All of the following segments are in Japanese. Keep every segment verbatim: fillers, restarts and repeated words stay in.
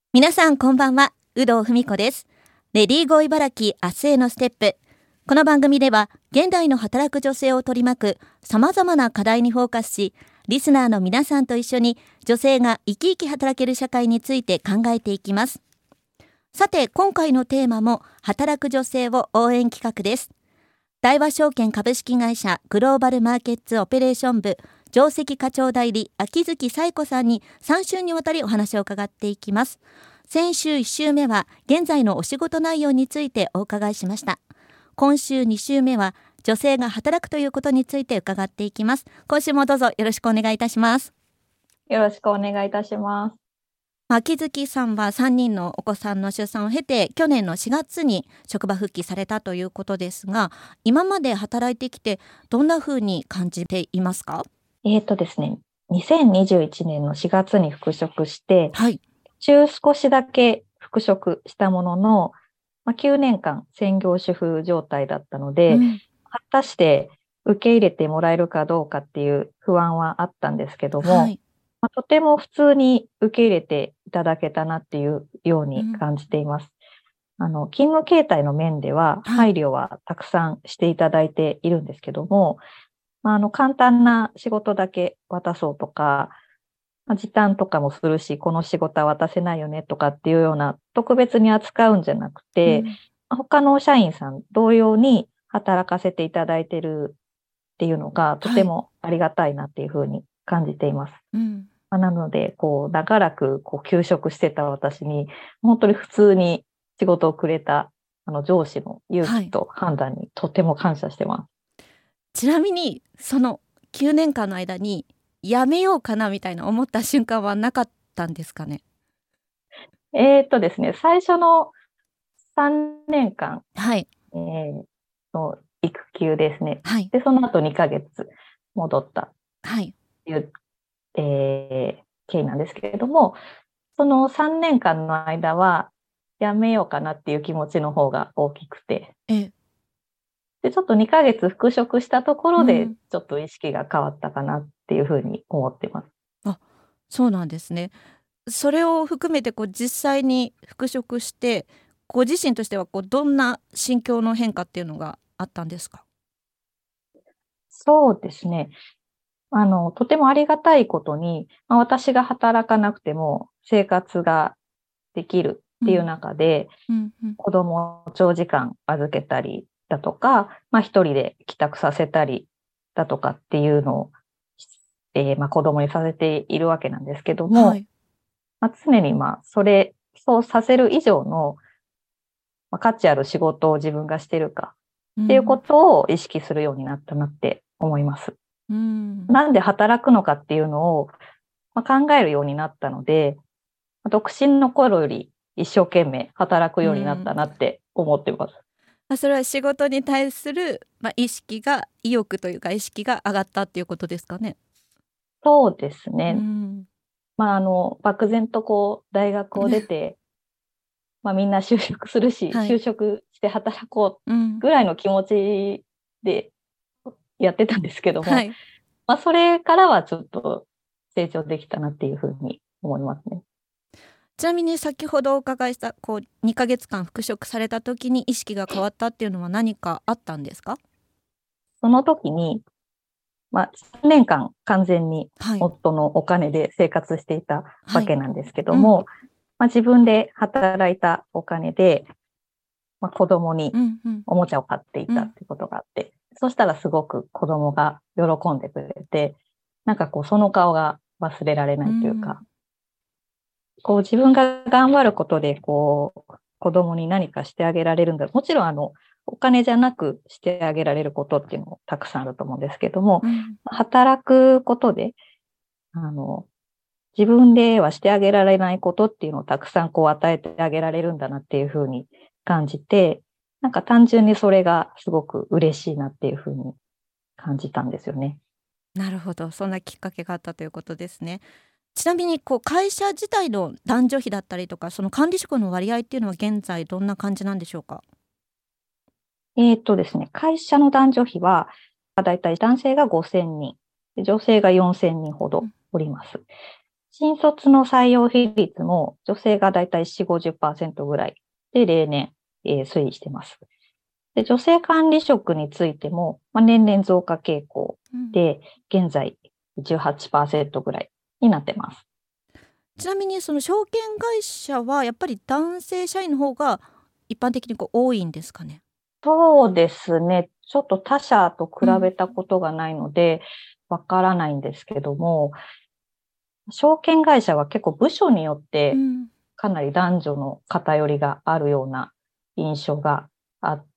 皆さんこんばんは、有働文子です。レディーゴー茨城明日へのステップ。この番組では現代の働く女性を取り巻くさまざまな課題にフォーカスし、リスナーの皆さんと一緒に女性が生き生き働ける社会について考えていきます。さて、今回のテーマも働く女性を応援企画です。大和証券株式会社グローバルマーケッツオペレーション部上席課長代理秋月彩子さんにさん週にわたりお話を伺っていきます。先週いち週目は現在のお仕事内容についてお伺いしました。今週に週目は女性が働くということについて伺っていきます。今週もどうぞよろしくお願いいたします。 よろしくお願いいたします。 秋月さんはさんにんのお子さんの出産を経て去年のしがつに職場復帰されたということですが、今まで働いてきてどんな風に感じていますか？ えーとですね、にせんにじゅういちねんのしがつに復職して、 はい、 中少しだけ復職したものの、まあ、きゅうねんかん専業主婦状態だったので、 うん、 果たして受け入れてもらえるかどうかっていう不安はあったんですけども、 はい、 まあ、とても普通に受け入れていただけたなっていうように感じています。うん、あの勤務形態の面でははい、 配慮はたくさんしていただいているんですけども、まあ、あの簡単な仕事だけ渡そうとか、まあ、時短とかもするし、この仕事は渡せないよねとかっていうような特別に扱うんじゃなくて、 うん、 他の社員さん同様に働かせていただいているっていうのがとてもありがたいなっていうふうに感じています。 うん、 まあ、なので、こう、長らくこう休職してた私に、本当に普通に仕事をくれたあの上司の勇はい。 気と判断にとても感謝してます。 ちなみにそのきゅうねんかんの間に辞めようかなみたいな思った瞬間はなかったんですかね？ えーっとですね、最初のさんねんかん、 はい、 えー、の育休ですね。 はい、 で、その後にかげつ戻ったっはい、 ていう、えー経緯なんですけれども、そのさんねんかんの間は、やめようかなっていう気持ちの方が大きくて、 え、 で、ちょっとにかげつ復職したところで、 うん、 ちょっと意識が変わったかなっていうふうに思ってます。 あ、そうなんですね。それを含めてこう実際に復職してご自身としてはこうどんな心境の変化っていうのがあったんですか？ そうですね。あの、とてもありがたいことに、まあ、私が働かなくても生活ができるっていううん、 中で、 うんうん、 子供を長時間預けたりだとか、まあ一人で帰宅させたりだとかっていうのを、えーまあ子供にさせているわけなんですけども、 はい、 まあ、常にまあそれ、そうさせる以上の、まあ、価値ある仕事を自分がしてるかっていうこうん、 とを意識するようになったなって思います。 うん、 なんで働くのかっていうのを、まあ、考えるようになったので、独身の頃より一生懸命働くようになったうん。 なって思ってます。 あ、それは仕事に対する、まあ、意識が意欲というか意識が上がったっていうことですかね？ そうですうね。 ん、 まあ、あの、漠然とこう、大学を出て、まあ、みんな就職するし、 はい、 就職して働こううん、 ぐらいの気持ちでやってたんですけども、 はい。 まあ、それからはちょっと成長できたなっていうふうに思いますね。 ちなみに先ほどお伺いしたこうにかげつかん復職された時に意識が変わったっていうのは何かあったんですか？ その時に、まあ、さんねんかん完全にはい、 夫のお金で生活していたはい、 わけなんですけどうん、 も、まあ、自分で働いたお金で、まあ、子供にうんうん、 おもちゃを買っていうん、 たっていうことがあって、そしたらすごく子供が喜んでくれて、なんかこうその顔が忘れられなういというか、 ん、 こう自分が頑張ることでこう子供に何かしてあげられるんだ。もちろんあのお金じゃなくしてあげられることっていうのもたくさんあると思うんですけども、 うん、 働くことで、あの、自分ではしてあげられないことっていうのをたくさんこう与えてあげられるんだなっていうふうに感じて、なんか単純にそれがすごく嬉しいなっていうふうに感じたんですよね。 なるほど、そんなきっかけがあったということですね。ちなみにこう会社自体の男女比だったりとかその管理職の割合っていうのは現在どんな感じなんでしょうか？ えっとですね、会社の男女比は、だいたい男性がごせんにん、女性がよんせんにんほどうん、 おります。 新卒の採用比率も女性がだいたいよんじゅう、ごじゅっパーセントぐらいで例年、えー推移してます。で、女性管理職についても、まあ、年々増加傾向うんで、現在じゅうはちパーセントぐらいになってます。 ちなみにその証券会社はやっぱり男性社員の方が一般的にこう多いんですかね。 そうですね。ちょっと他社と比うんべたことがないので、わからないんですけども、証券会社は結構部署によってうんかなり男女の偏りがあるような印象があって、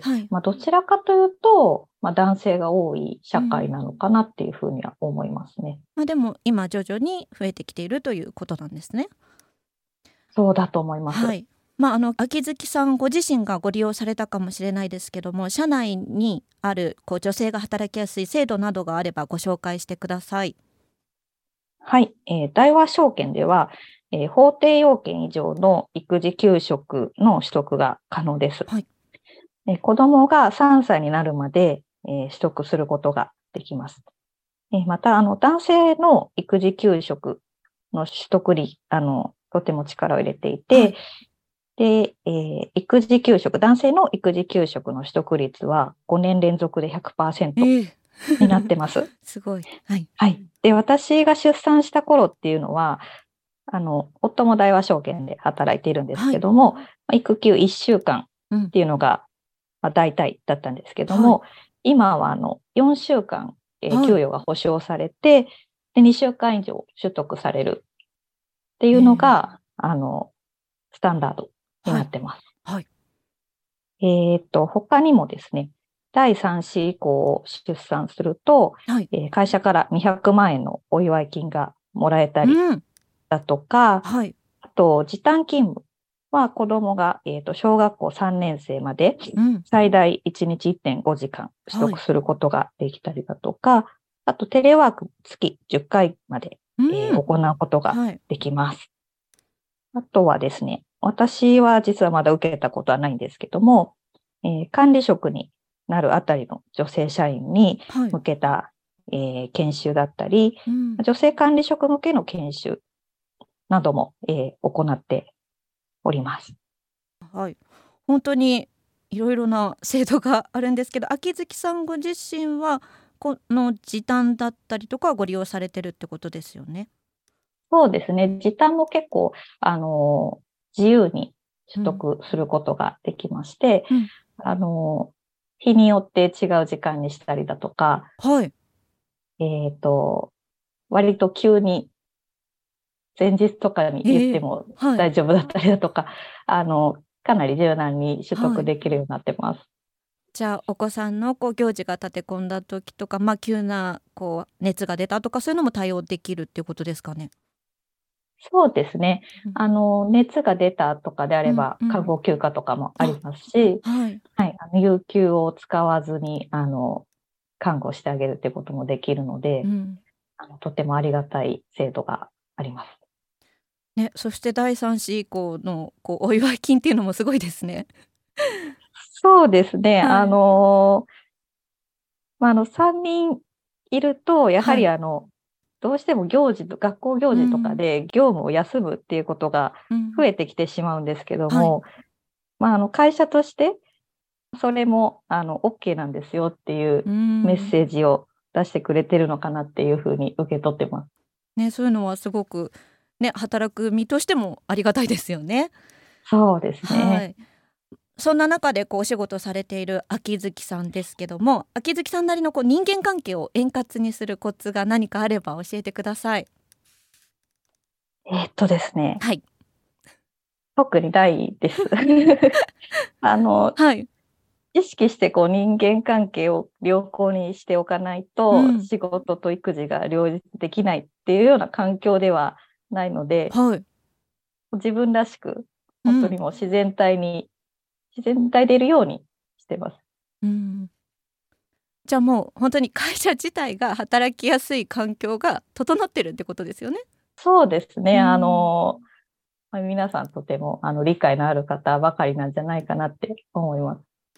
はいまあ、どちらかというと、まあ、男性が多い社会うんなのかなっていうふうには思いますね。 まあ、でも今徐々に増えてきているということなんですね。 そうだと思います。 はい。まあ、あの秋月さんご自身がご利用されたかもしれないですけども、社内にあるこう女性が働きやすい制度などがあればご紹介してください。 はい。えー大和証券では、えー法定要件以上の育児休職の取得が可能です。 はいえー子供がさんさいになるまで、えー取得することができます。えーまた、あの、男性の育児休職の取得率、あの、とても力を入れていて、 はいで、えー育児休職、男性の育児休職の取得率はごねん連続でひゃくパーセントええになってます。 すごい。はいはい。で、私が出産した頃っていうのは、あの、夫も大和証券で働いているんですけども、まあ育休いっしゅうかんうんっていうのが、まあ、大体だったんですけどはも、今はあのよんしゅうかん、えーはい給与が保証されて、でにしゅうかん以上取得されるっていうのえが、あの、スタンダードになってます。 はいえっと、他にもですね、だいさん子以降出産すると、 はいえー会社からにひゃくまん円のお祝い金がもらえたりうんだとか、 はいあと、時短勤務は子供が、えーと小学校さんねん生までうん最大いちにちいってんごじかん取得することができたりだとか、あとテレワーク月じゅっかいまで、 うんえー行うことがはいできます。あとはですね、私は実はまだ受けたことはないんですけども、えー管理職になるあたりの女性社員にはい向けた、えー研修だったり、 うん女性管理職向けの研修なども、えー行っております。 はい本当にいろいろな制度があるんですけど、秋月さんご自身はこの時短だったりとかご利用されてるってことですよね。 そうですね。時短も結構、あの、自由に取うん得することができまして、 うんあの、日によって違う時間にしたりだとか、 はいえっと、割と急に前日とかに言ってもええはい大丈夫だったりだとか、あの、かなり柔軟に取得できるようになってます。 じゃあお子さんのこう行事が立て込んだ時とか、まあ、急なこう熱が出たとかそういうのも対応できるっていうことですかね。 そうですね。 うんあの、熱が出たとかであれば、 うんうん看護休暇とかもありますし、 はいはい、あの有給を使わずに、あの、看護してあげるってこともできるので、 うんあのとてもありがたい制度があります。 ね、そしてだいさん子以降のこうお祝い金っていうのもすごいですね。 そうですね。 はいあの、まあ、あの、さんにんいると、やははいりあの、どうしても行事と、学校行事とかで業務を休むっていうことがうん増えてきてしまうんですけどはいも、まあ、あの、会社としてそれも、あの、OK なんですよっていううんメッセージを出してくれてるのかなっていうふうに受け取ってます。 ね、そういうのはすごくね働く身としてもありがたいですよね。 そうですはね。 い。そんな中でこうお仕事されている秋月さんですけども、秋月さんなりのこう人間関係を円滑にするコツが何かあれば教えてください。 えーっとですね、 はい特にないです。あの、 はい意識してこう人間関係を良好にしておかないと、 うん仕事と育児が両立できないっていうような環境ではないので、 はい自分らしく、 うん本当にもう自然体に、自然体でいるようにしてます。 うんじゃあもう本当に会社自体が働きやすい環境が整ってるってことですよね。 そうですね。 うんあの、まあ皆さんとてもあの理解のある方ばかりなんじゃないかなって思います。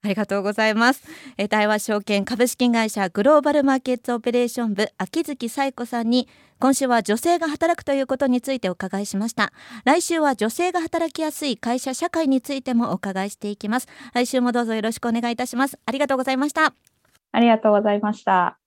ありがとうございます。え大和証券株式会社グローバルマーケットオペレーション部秋月彩子さんに今週は女性が働くということについてお伺いしました。来週は女性が働きやすい会社社会についてもお伺いしていきます。来週もどうぞよろしくお願いいたします。ありがとうございました。 ありがとうございました。